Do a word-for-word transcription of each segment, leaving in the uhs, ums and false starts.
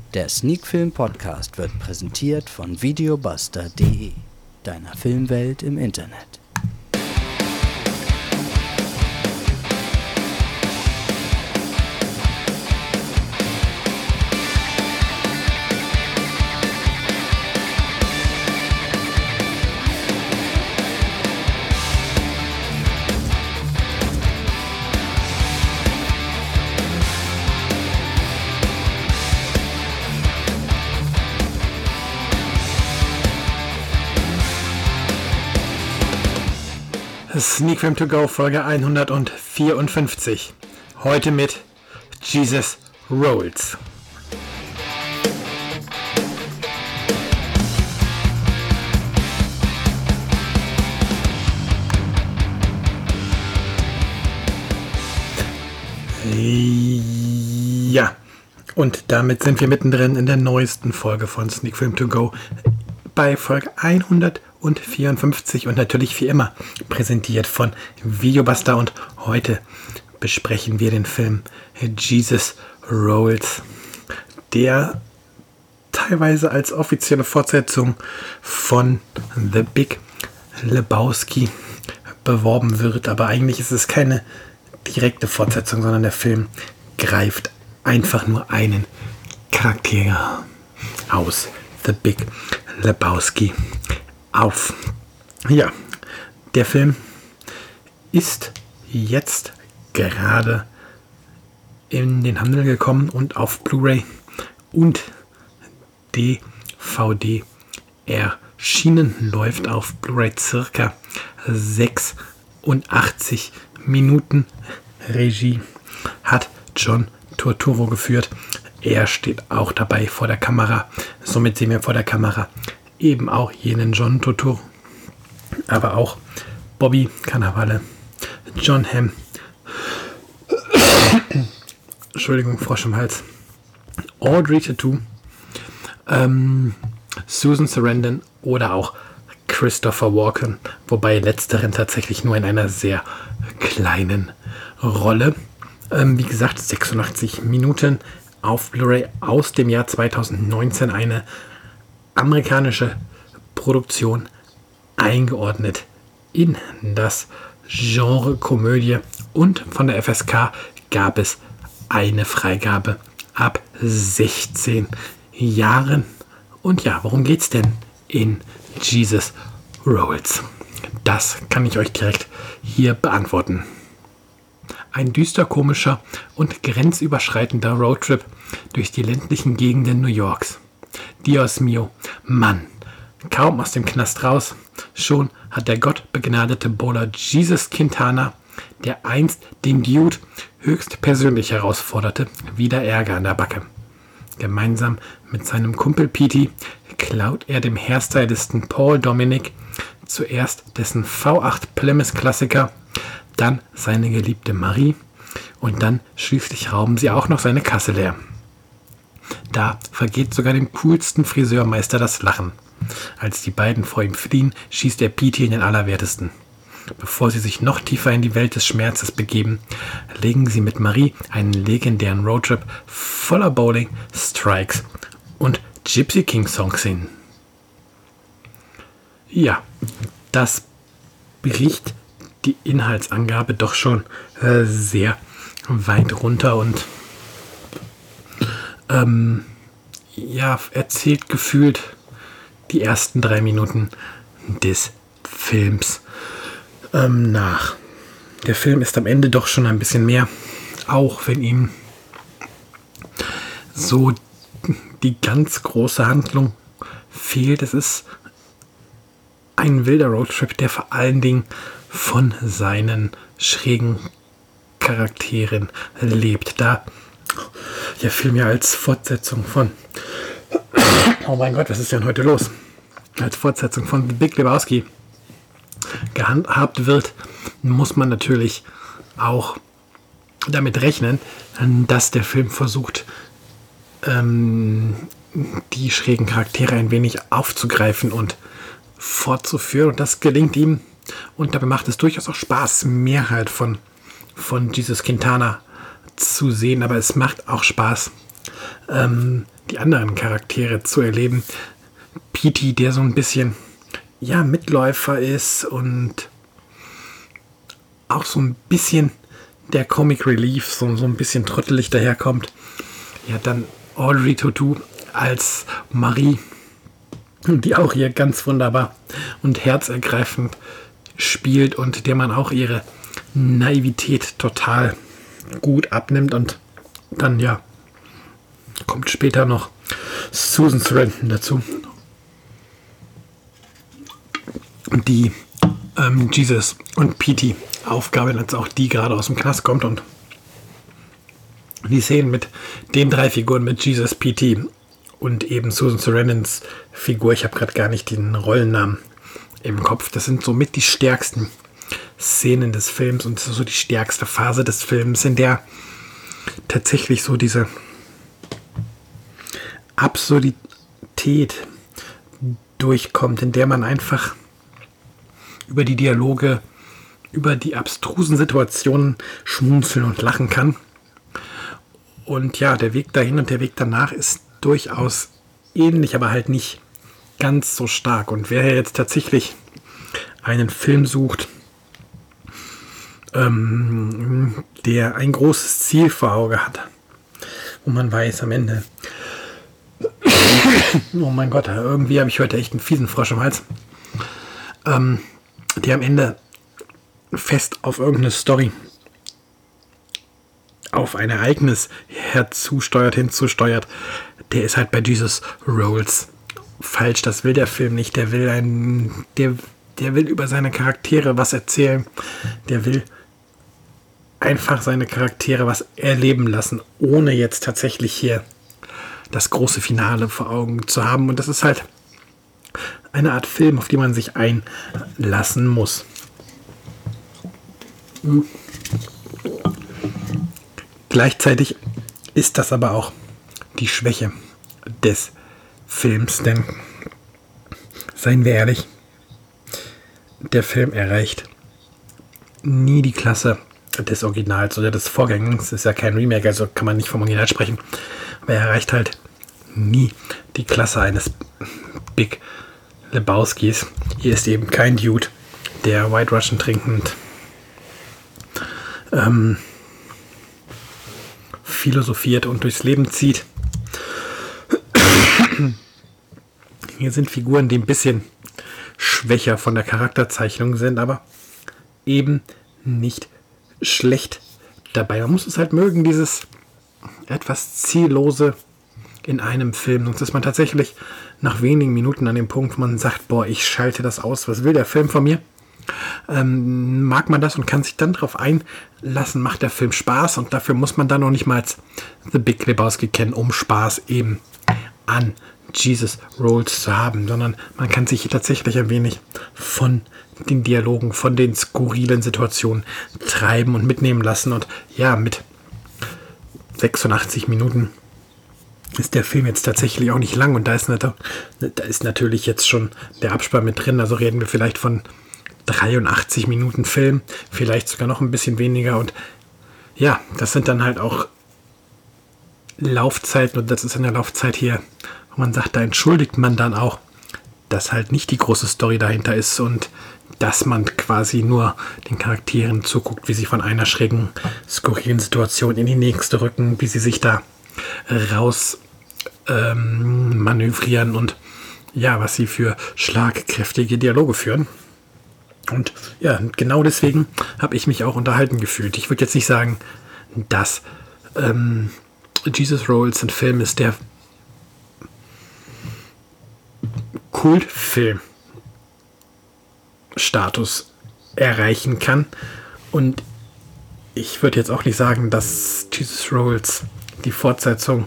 Der Sneakfilm Podcast wird präsentiert von videobuster punkt de, deiner Filmwelt im Internet. Sneakfilm to go, Folge hundertvierundfünfzig. Heute mit Jesus Rolls. Ja, und damit sind wir mittendrin in der neuesten Folge von Sneakfilm to go. Bei Folge hundertvierundfünfzig und natürlich wie immer präsentiert von Videobuster, und heute besprechen wir den Film Jesus Rolls, der teilweise als offizielle Fortsetzung von The Big Lebowski beworben wird, aber eigentlich ist es keine direkte Fortsetzung, sondern der Film greift einfach nur einen Charakter aus The Big Lebowski auf. Ja, der Film ist jetzt gerade in den Handel gekommen und auf Blu-ray und D V D erschienen. Läuft auf Blu-ray circa sechsundachtzig Minuten. Regie hat John Turturro geführt. Er steht auch dabei vor der Kamera. Somit sehen wir vor der Kamera eben auch jenen John Turturro, aber auch Bobby Cannavale, John Hamm, Entschuldigung, Frosch im Hals, Audrey Tautou, ähm, Susan Sarandon oder auch Christopher Walken, wobei letzteren tatsächlich nur in einer sehr kleinen Rolle. Ähm, wie gesagt, sechsundachtzig Minuten auf Blu-ray aus dem Jahr zweitausendneunzehn, eine amerikanische Produktion, eingeordnet in das Genre Komödie, und von der F S K gab es eine Freigabe ab sechzehn Jahren. Und ja, worum geht's denn in Jesus Rolls? Das kann ich euch direkt hier beantworten. Ein düster, komischer und grenzüberschreitender Roadtrip durch die ländlichen Gegenden New Yorks. Dios mio, Mann, kaum aus dem Knast raus, schon hat der gottbegnadete Bowler Jesus Quintana, der einst den Dude höchst persönlich herausforderte, wieder Ärger an der Backe. Gemeinsam mit seinem Kumpel Petey klaut er dem Hairstylisten Paul Dominic zuerst dessen V acht Plymouth Klassiker, dann seine geliebte Marie, und dann schließlich rauben sie auch noch seine Kasse leer. Da vergeht sogar dem coolsten Friseurmeister das Lachen. Als die beiden vor ihm fliehen, schießt er Petey in den Allerwertesten. Bevor sie sich noch tiefer in die Welt des Schmerzes begeben, legen sie mit Marie einen legendären Roadtrip voller Bowling, Strikes und Gypsy King Songs hin. Ja, das bricht die Inhaltsangabe doch schon äh, sehr weit runter und ähm, ja, erzählt gefühlt die ersten drei Minuten des Films ähm, nach. Der Film ist am Ende doch schon ein bisschen mehr, auch wenn ihm so die ganz große Handlung fehlt. Es ist ein wilder Roadtrip, der vor allen Dingen von seinen schrägen Charakteren lebt. Da der Film ja als Fortsetzung von oh mein Gott, was ist denn heute los? Als Fortsetzung von The Big Lebowski gehandhabt wird, muss man natürlich auch damit rechnen, dass der Film versucht, ähm, die schrägen Charaktere ein wenig aufzugreifen und fortzuführen. Und das gelingt ihm. Und dabei macht es durchaus auch Spaß, mehr halt von, von Jesus Quintana zu sehen. Aber es macht auch Spaß, ähm, die anderen Charaktere zu erleben. Petey, der so ein bisschen, ja, Mitläufer ist und auch so ein bisschen der Comic Relief, so, so ein bisschen trottelig daherkommt. Ja, dann Audrey Tautou als Marie, die auch hier ganz wunderbar und herzergreifend spielt und der man auch ihre Naivität total gut abnimmt. Und dann, ja, kommt später noch Susan Sarandon dazu, die ähm, Jesus und Petey Aufgabe, als auch die gerade aus dem Knast kommt, und die Szenen mit den drei Figuren, mit Jesus, Petey und eben Susan Sarandons Figur, ich habe gerade gar nicht den Rollennamen im Kopf, das sind somit die stärksten Szenen des Films und das ist so die stärkste Phase des Films, in der tatsächlich so diese Absurdität durchkommt, in der man einfach über die Dialoge, über die abstrusen Situationen schmunzeln und lachen kann. Und ja, der Weg dahin und der Weg danach ist durchaus ähnlich, aber halt nicht ganz so stark. Und wer jetzt tatsächlich einen Film sucht, ähm, der ein großes Ziel vor Auge hat, wo man weiß am Ende, oh mein Gott, irgendwie habe ich heute echt einen fiesen Frosch im Hals, ähm, der am Ende fest auf irgendeine Story, auf ein Ereignis herzusteuert, hinzusteuert, der ist halt bei Jesus Rolls falsch. Das will der Film nicht. Der will ein, der, der will über seine Charaktere was erzählen. Der will einfach seine Charaktere was erleben lassen, ohne jetzt tatsächlich hier das große Finale vor Augen zu haben. Und das ist halt eine Art Film, auf die man sich einlassen muss. Mhm. Gleichzeitig ist das aber auch die Schwäche des Films, denn, seien wir ehrlich, der Film erreicht nie die Klasse des Originals oder des Vorgängers. Es ist ja kein Remake, also kann man nicht vom Original sprechen, aber er erreicht halt nie die Klasse eines Big Lebowskis. Hier ist eben kein Dude, der White Russian trinkend ähm, philosophiert und durchs Leben zieht. Hier sind Figuren, die ein bisschen schwächer von der Charakterzeichnung sind, aber eben nicht schlecht dabei. Man muss es halt mögen, dieses etwas ziellose in einem Film. Sonst ist man tatsächlich nach wenigen Minuten an dem Punkt, wo man sagt, boah, ich schalte das aus. Was will der Film von mir? Ähm, mag man das und kann sich dann darauf einlassen, macht der Film Spaß, und dafür muss man dann noch nicht mal The Big Lebowski kennen, um Spaß eben an Jesus Rolls zu haben, sondern man kann sich tatsächlich ein wenig von den Dialogen, von den skurrilen Situationen treiben und mitnehmen lassen. Und ja, mit sechsundachtzig Minuten ist der Film jetzt tatsächlich auch nicht lang, und da ist, da ist natürlich jetzt schon der Abspann mit drin, also reden wir vielleicht von dreiundachtzig Minuten Film, vielleicht sogar noch ein bisschen weniger, und ja, das sind dann halt auch Laufzeiten, und das ist eine Laufzeit hier, wo man sagt, da entschuldigt man dann auch, dass halt nicht die große Story dahinter ist und dass man quasi nur den Charakteren zuguckt, wie sie von einer schrägen, skurrilen Situation in die nächste rücken, wie sie sich da raus ähm, manövrieren und ja, was sie für schlagkräftige Dialoge führen. Und ja, genau deswegen habe ich mich auch unterhalten gefühlt. Ich würde jetzt nicht sagen, dass ähm, Jesus Rolls ein Film ist, der Kultfilm-Status erreichen kann. Und ich würde jetzt auch nicht sagen, dass Jesus Rolls die Fortsetzung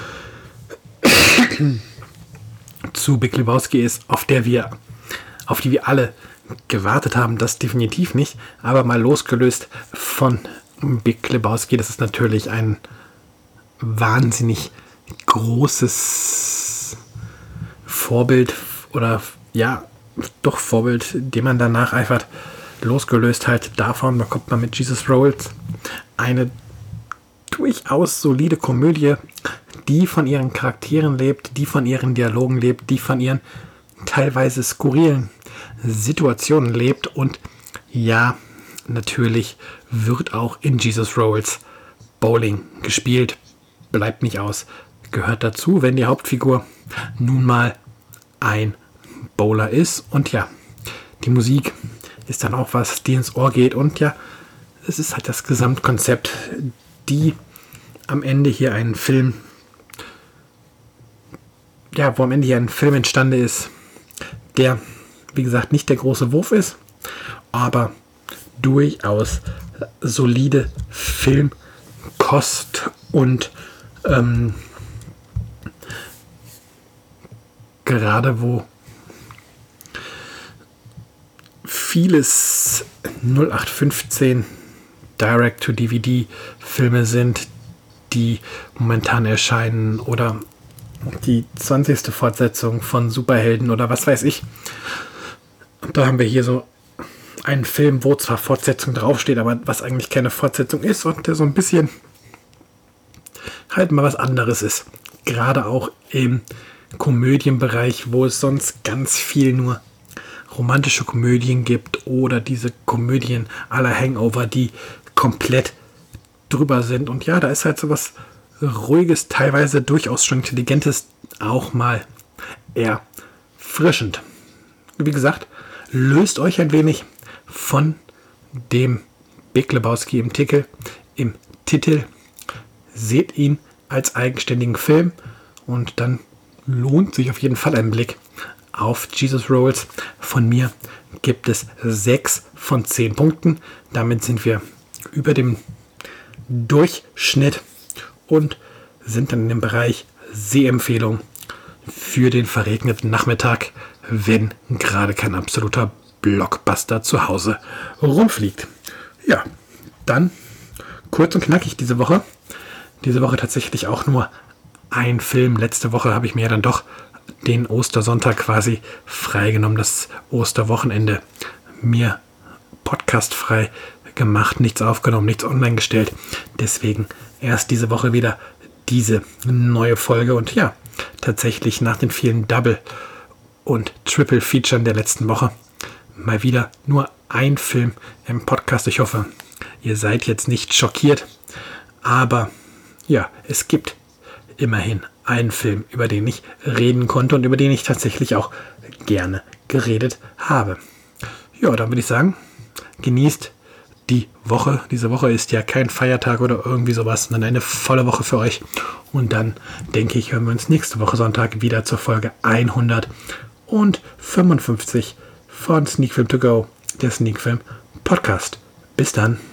zu Big Lebowski ist, auf der wir, auf die wir alle gewartet haben. Das definitiv nicht. Aber mal losgelöst von Big Lebowski, das ist natürlich ein wahnsinnig großes Vorbild oder ja, doch Vorbild, dem man danach eifert. Losgelöst halt davon bekommt man mit Jesus Rolls eine durchaus solide Komödie, die von ihren Charakteren lebt, die von ihren Dialogen lebt, die von ihren teilweise skurrilen Situationen lebt. Und ja, natürlich wird auch in Jesus Rolls Bowling gespielt. Bleibt nicht aus. Gehört dazu, wenn die Hauptfigur nun mal ein Bowler ist. Und ja, die Musik ist dann auch was, die ins Ohr geht. Und ja, es ist halt das Gesamtkonzept, die am Ende hier einen Film, ja, wo am Ende hier ein Film entstanden ist, der, wie gesagt, nicht der große Wurf ist, aber durchaus solide Filmkost und ähm, gerade wo vieles null acht fünfzehn Direct-to-D V D-Filme sind, die momentan erscheinen, oder die zwanzigste Fortsetzung von Superhelden oder was weiß ich. Und da haben wir hier so einen Film, wo zwar Fortsetzung draufsteht, aber was eigentlich keine Fortsetzung ist und der so ein bisschen halt mal was anderes ist. Gerade auch im Komödienbereich, wo es sonst ganz viel nur romantische Komödien gibt oder diese Komödien à la Hangover, die komplett drüber sind. Und ja, da ist halt so was Ruhiges, teilweise durchaus schon Intelligentes, auch mal erfrischend. Wie gesagt, löst euch ein wenig von dem Big Lebowski im Titel, im Titel. Seht ihn als eigenständigen Film und dann lohnt sich auf jeden Fall ein Blick auf Jesus Rolls. Von mir gibt es sechs von zehn Punkten. Damit sind wir über dem Durchschnitt und sind dann in dem Bereich Sehempfehlung für den verregneten Nachmittag, wenn gerade kein absoluter Blockbuster zu Hause rumfliegt. Ja, dann kurz und knackig diese Woche. Diese Woche tatsächlich auch nur ein Film. Letzte Woche habe ich mir dann doch den Ostersonntag quasi freigenommen, das Osterwochenende mir podcastfrei gemacht, nichts aufgenommen, nichts online gestellt. Deswegen erst diese Woche wieder diese neue Folge. Und ja, tatsächlich nach den vielen Double- und Triple-Featuren der letzten Woche mal wieder nur ein Film im Podcast. Ich hoffe, ihr seid jetzt nicht schockiert. Aber ja, es gibt immerhin einen Film, über den ich reden konnte und über den ich tatsächlich auch gerne geredet habe. Ja, dann würde ich sagen, genießt die Woche. Diese Woche ist ja kein Feiertag oder irgendwie sowas, sondern eine volle Woche für euch. Und dann, denke ich, hören wir uns nächste Woche Sonntag wieder zur Folge hundertfünfundfünfzig von Sneak Film To Go, der Sneak Film Podcast. Bis dann.